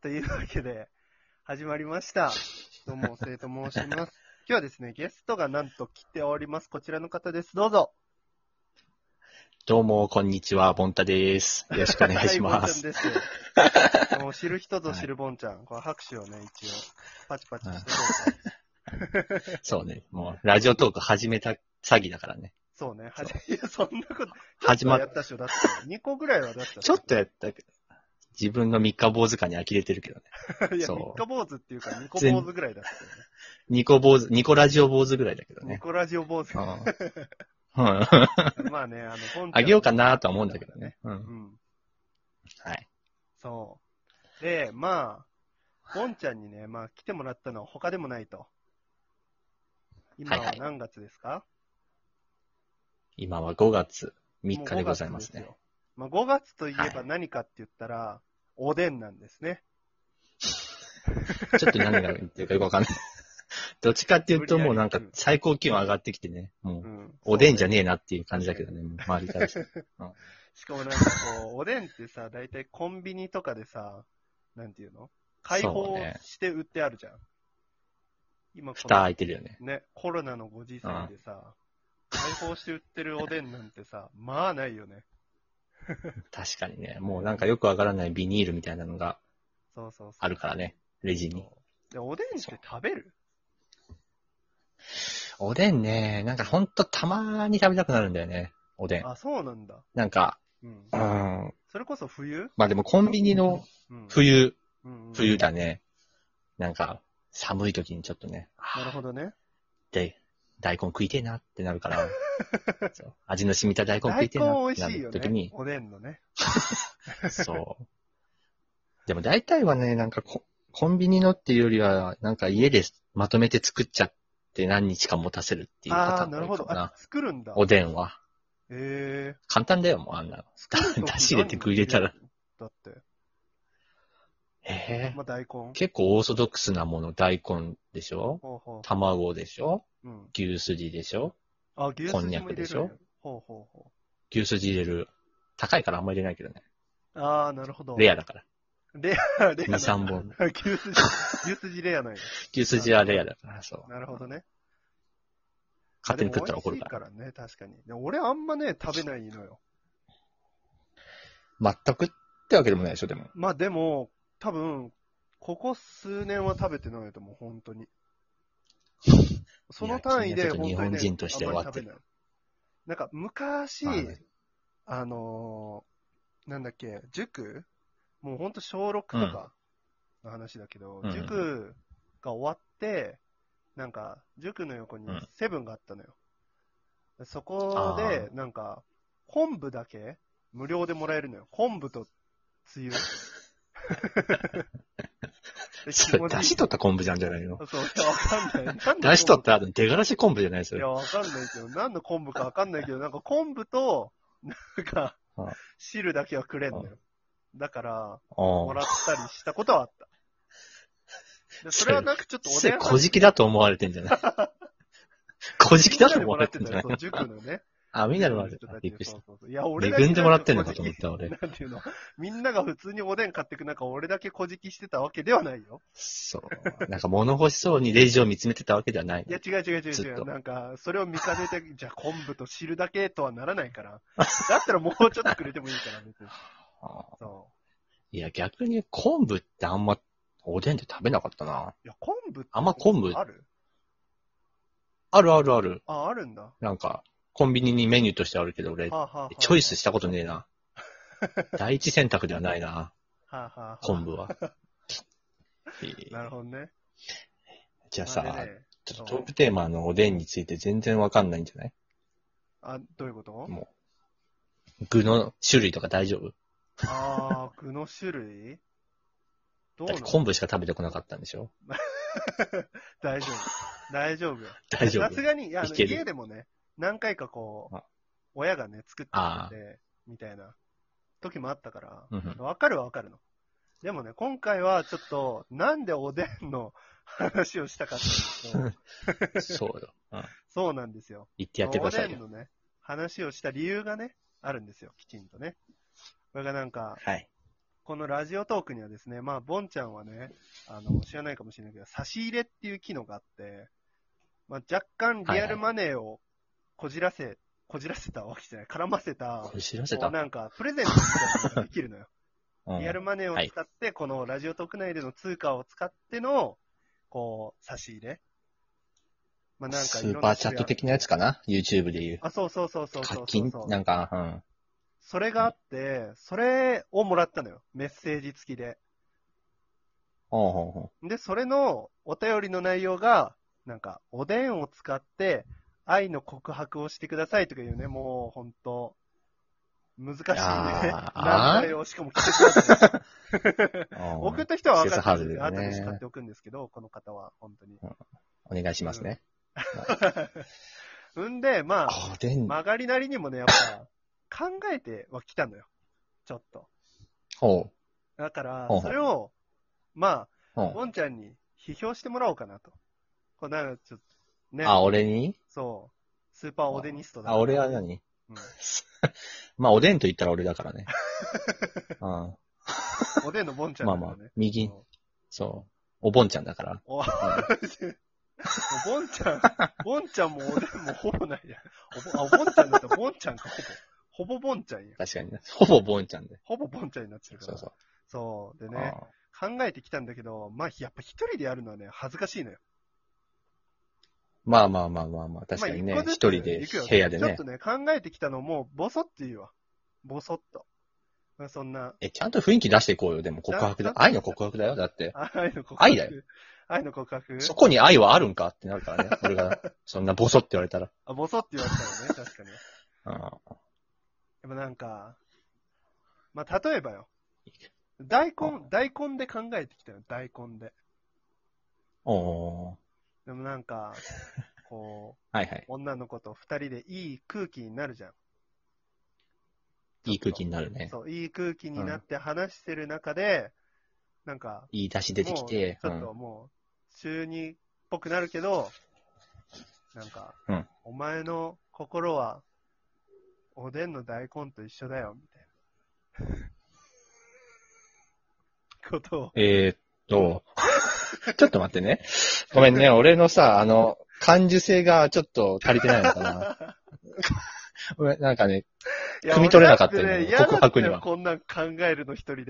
というわけで、始まりました。どうも、生と申します。今日はですね、ゲストがなんと来ております。こちらの方です。どうぞ。 どうも、こんにちは、ボンタです。よろしくお願いします。 はい、ボンちゃんです。もう知る人ぞ知るボンちゃん。これ拍手をね、一応、パチパチしてこうか。 そうね、もう、ラジオトーク始めた詐欺だからね。 そうね、いや、そんなこと、 始まっやったっしょ、だって。2個ぐらいは出したっしちょっとやったけど、自分の三日坊主感に呆れてるけどね。 いや、 そう 3日坊主っていうか、2個坊主ぐらいだったよね。 ニコ坊主、ニコラジオ坊主ぐらいだけど 2 ね。 個ラジオ坊主。 うん。 まあね、ボンちゃん。 あげようかなとは思うんだけどね。う。 うんん。 はい。 そう。で、まあ、ボンちゃんにね、まあ来てもらったのは他でもないと。今は何月ですか？ 今は5月3日でございますね。 もう5月ですよ。まあ5月といえばはい何かって言ったら、おでんなんですね。 ちょっと何が言ってるかよくわかんない。どっちかっていうともうなんか最高気温上がってきてね、もう、おでんじゃねえなっていう感じだけどね、もう周りからして。 しかもなんかこう、おでんってさ、だいたいコンビニとかでさ、なんていうの？開放して売ってあるじゃん。今蓋開いてるよね。 ね、コロナのご時世でさ、開放して売ってるおでんなんてさ、まあないよね。 確かにね、もうなんかよくわからないビニールみたいなのがあるからね、レジに。 で、おでんって食べる？ おでんね、なんかほんとたまーに食べたくなるんだよね、おでん。 あ、そうなんだ。 なんか、 それこそ冬？ まあでもコンビニの冬だね。なんか、寒い時にちょっとね。 なるほどね。 で、大根食いてえなってなるから、味の染みた大根食いてえなってなる時に。 おでんのね。 そう。でも大体はね、なんかコンビニのっていうよりは、なんか家でまとめて作っちゃって何日か持たせるっていうパターンが多いかもな。 作るんだ。 おでんは。簡単だよ、もうあんなの。出汁入れて食い入れたら。 だって。 まあ、 大根。 結構オーソドックスなもの、大根でしょ？卵でしょ？牛すじでしょ？こんにゃくでしょ？牛すじ入れる。高いからあんま入れないけどね。 ああ、なるほど。 レアだから。 レア。 2、3本。 牛すじレアなんや。 牛すじはレアだから、そう。 なるほどね。 勝手に食ったら怒るから。ね、確かに。俺あんまね、食べないのよ。 全くってわけでもないでしょ、でも。 まあでも、多分、ここ数年は食べてないと思う、本当に。その単位で本当に、ね、 日本人として終わってる。 なんか昔、なんだっけ、塾？もうほんと小6とかの話だけど、塾が終わって、なんか、塾の横にセブンがあったのよ。そこで、なんか、昆布だけ無料でもらえるのよ。昆布とつゆ。 出汁取った昆布じゃんじゃないの？ そう、いや、わかんない。 出汁取った出がらし昆布じゃないですよ。 いや、わかんないけど、何の昆布かわかんないけど、なんか昆布と、なんか、汁だけはくれんのよ。だから、もらったりしたことはあった。それはなんかちょっとおでん。小じだと思われてんじゃない？小じだと思われてんじゃない？ そう、塾のね。 みんなでもらってた。びっくりした。 いや、俺恵んでもらってんのかと思った、俺。 なんていうの？みんなが普通におでん買ってく中、俺だけ小じしてたわけではないよ。 そう。なんか物欲しそうにレジを見つめてたわけではない。 いや、違う。なんか、それを見かねて、じゃあ昆布と汁だけとはならないから。だったらもうちょっとくれてもいいから、別に。 そう。いや、逆に昆布ってあんま、おでんで食べなかったな。 いや、昆布ってあんま昆布。 ある？ ある。 あるんだ。 なんか、コンビニにメニューとしてあるけど、俺、チョイスしたことねえな。第一選択ではないな。昆布は。 なるほどね。 じゃあさ、ちょっとトークテーマのおでんについて全然わかんないんじゃない？ どういうこと？ もう、具の種類とか大丈夫？ 具の種類？ だって昆布しか食べてこなかったんでしょ？ 大丈夫よ。 大丈夫。 さすがに、家でもね、何回かこう、親がね、作ってくれて、みたいな時もあったから、わかるの。でもね、今回はちょっと、なんでおでんの話をしたかっていうと、 そうよ。 そうなんですよ。 言ってやってくださいよ。 おでんのね、話をした理由がね、あるんですよ、きちんとね。これがなんか、 このラジオトークにはですね、まあ、ボンちゃんはね、知らないかもしれないけど、差し入れっていう機能があって、まあ、若干リアルマネーをこじらせたわけじゃない、絡ませた、 こじらせたなんか、プレゼントみたいなのができるのよ。 うん、 リアルマネーを使って、はい、このラジオトーク内での通貨を使っての、こう、差し入れ。まあ、なんかスーパーチャット的なやつかな ?YouTube で言う。 あ、そう。 課金なんか、うん。 それがあって、それをもらったのよ。メッセージ付きで。で、それのお便りの内容が、なんか、おでんを使って愛の告白をしてくださいとかいうね、もうほんと、難しいね。難題をしかも季節外れ。送った人は分かってるんですよ。後で使っておくんですけど、この方は、本当に。 お願いしますね。 んで、まあ、曲がりなりにもね、やっぱ、考えてはきたのよ。ちょっと。 ほう。だから、それを、まあ、ボンちゃんに批評してもらおうかなと。これなんかちょっと、ね。 あ、俺にそう。スーパーおでニストだから。 あ、俺は何まあ、おでんと言ったら俺だからね。 おでんのボンちゃんだからね。 まあまあ、右。そう。おぼんちゃんだから。 ボンちゃんもおでんもほぼないや。ボンちゃんだったらボンちゃんか、ほぼボンちゃんや。 確かにね。ほぼボンちゃんで。 ほぼボンちゃんになっちゃうから。そう。でね、考えてきたんだけど、まあ、やっぱ一人でやるのはね、恥ずかしいのよ。 まあ、確かにね、一人で部屋でね。 ちょっとね、考えてきたのも、ボソって言うわ。ボソっと。そんな。 ちゃんと雰囲気出していこうよ。でも告白だ。愛の告白だよ。だって。 愛の告白。 愛だよ。 愛の告白。 そこに愛はあるんかってなるからね。俺が、そんなボソって言われたら。 あ、ボソって言われたらね、確かに。でもなんか、まあ、例えばよ。大根で考えてきたよ。大根で。でもなんか、こう、女の子と二人でいい空気になるじゃん。 いい空気になるね。 そう、いい空気になって話してる中で、なんか、 いい出汁出てきて、 ちょっともう、中二っぽくなるけど、なんか、お前の心は、おでんの大根と一緒だよ、みたいな。ことを。 ちょっと待ってね。ごめんね、俺のさ、感受性がちょっと足りてないのかな。ごめん、なんかね、汲み取れなかったよね、告白には。 こんなん考えるの一人で。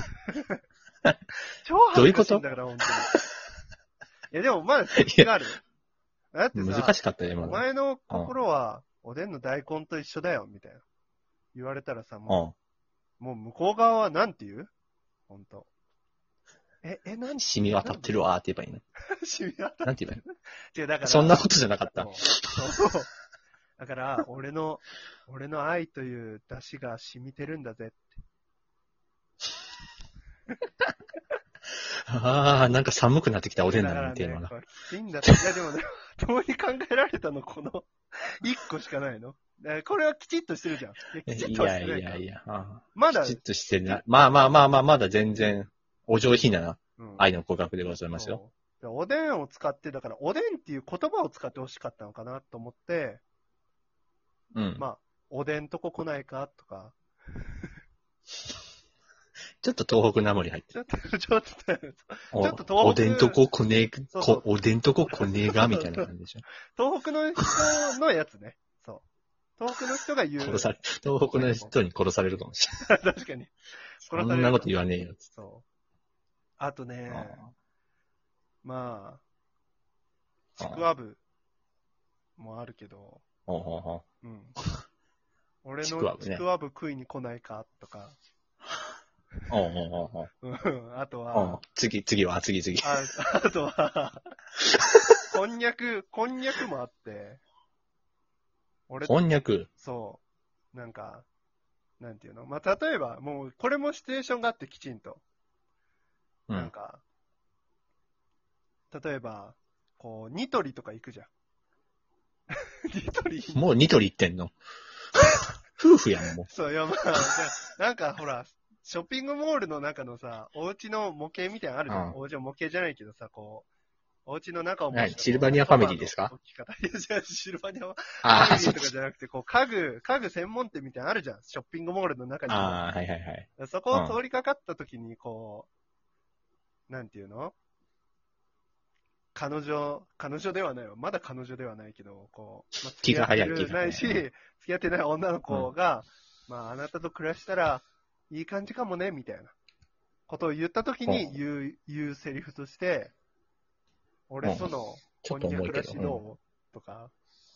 超どういうこと恥ずかしいんだから、本当に。いや、でもまだ先がある。だってさ、 難しかったよ、今の。 お前の心は、おでんの大根と一緒だよ、みたいな。言われたらさ、もう向こう側はなんて言う？ほんと。何？ 染み渡ってるわーって言えばいいの。 染み渡ってる。 なんて言えばいいの？ 違う、だから。 そんなことじゃなかった。 そう。だから、俺の愛という出汁が染みてるんだぜって。 なんか寒くなってきたおでんだね、テーマが。 きついんだって。いや、でもね、どうに考えられたの、この、一個しかないの。これはきちっとしてるじゃん。 いや。 まだ。 きちっとしてるな。まあ、だ全然、お上品な愛の告白でございますよ。 おでんを使って、だから、おでんっていう言葉を使ってほしかったのかなと思って、まあ、おでんとこ来ないかとか。 ちょっと東北なまり入ってる。 ちょっと東北。 おでんとこ来ねえ、おでんとこ来ねえが、みたいな感じでしょ。 東北の人のやつね。そう。東北の人が言う。 東北の人に殺されるかもしれない。 確かに。 そんなこと言わねえよ。 そう。あとね、まあ、ちくわぶもあるけど、俺のちくわぶ食いに来ないかとか。あとは、 次。 あとは、こんにゃくもあって、 こんにゃく？ そう。なんか、なんていうの？まあ、例えば、もう、これもシチュエーションがあってきちんと。なんか、例えば、こう、ニトリとか行くじゃん。ニトリもうニトリ行ってんの？夫婦やん、もう。 そう、いや、まあ、なんかほら、ショッピングモールの中のさ、お家の模型みたいなのあるじゃん。お家の模型じゃないけどさ、こう、 お家の中をはい、シルバニアファミリーですか？ 置き方。いや、じゃあシルバニアフああ、 ァミリーとかじゃなくて、こう、家具専門店みたいなのあるじゃん。ショッピングモールの中にも。 ああ、はいはいはい。 そこを通りかかった時に、こう、なんていうの？彼女ではないわ。まだ彼女ではないけど、こう、まあ、 気が早い、 付き合ってないし、付き合ってない女の子が、まあ、あなたと暮らしたら、いい感じかもね、みたいなことを言った時に言うセリフとして、俺との婚約暮らしどうとか。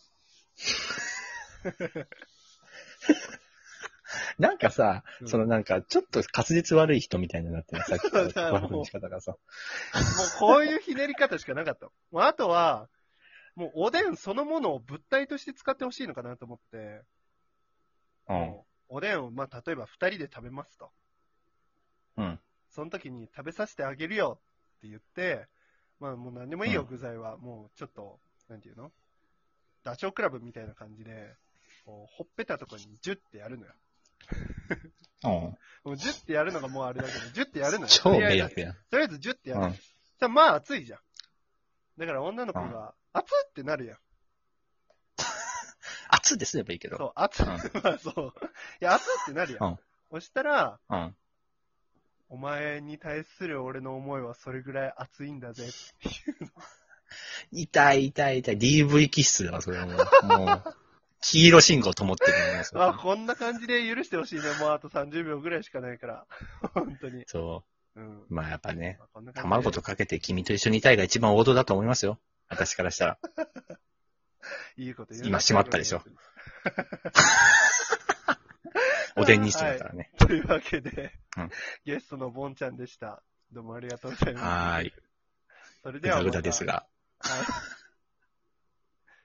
なんかさ、そのなんか、ちょっと滑舌悪い人みたいになってる、さっきの告白の仕方がさ。 もうこういうひねり方しかなかった。もうあとは、もうおでんそのものを物体として使ってほしいのかなと思って、おでんを、まあ、例えば二人で食べますと。その時に食べさせてあげるよって言って、まあもう何でもいいよ、具材は。もうちょっと、なんていうの？ダチョウ倶楽部みたいな感じで、こうほっぺたとこにジュッてやるのよ。もうジュッてやるのがもうあれだけど、ジュッてやるのよ。 超迷惑やん。 とりあえずジュッてやる。さあまあ熱いじゃん。だから女の子が、熱ってなるやん。 熱ってすればいいけど。 そう、熱まあそう。いや、熱ってなるやん。そしたら、お前に対する俺の思いはそれぐらい熱いんだぜっていうの。 痛い。DV 気質だわ、それはもう。黄色信号灯ってるのね。こんな感じで許してほしいね。もうあと30秒ぐらいしかないから。本当に。 そう。まあやっぱね、卵とかけて君と一緒にいたいが一番王道だと思いますよ。私からしたら。 いいこと言う。 今閉まったでしょ。おでんにしてだからね。 というわけで、ゲストのボンちゃんでした。どうもありがとうございます。 はい。 それではまた。 ぐだぐだですが。 はい。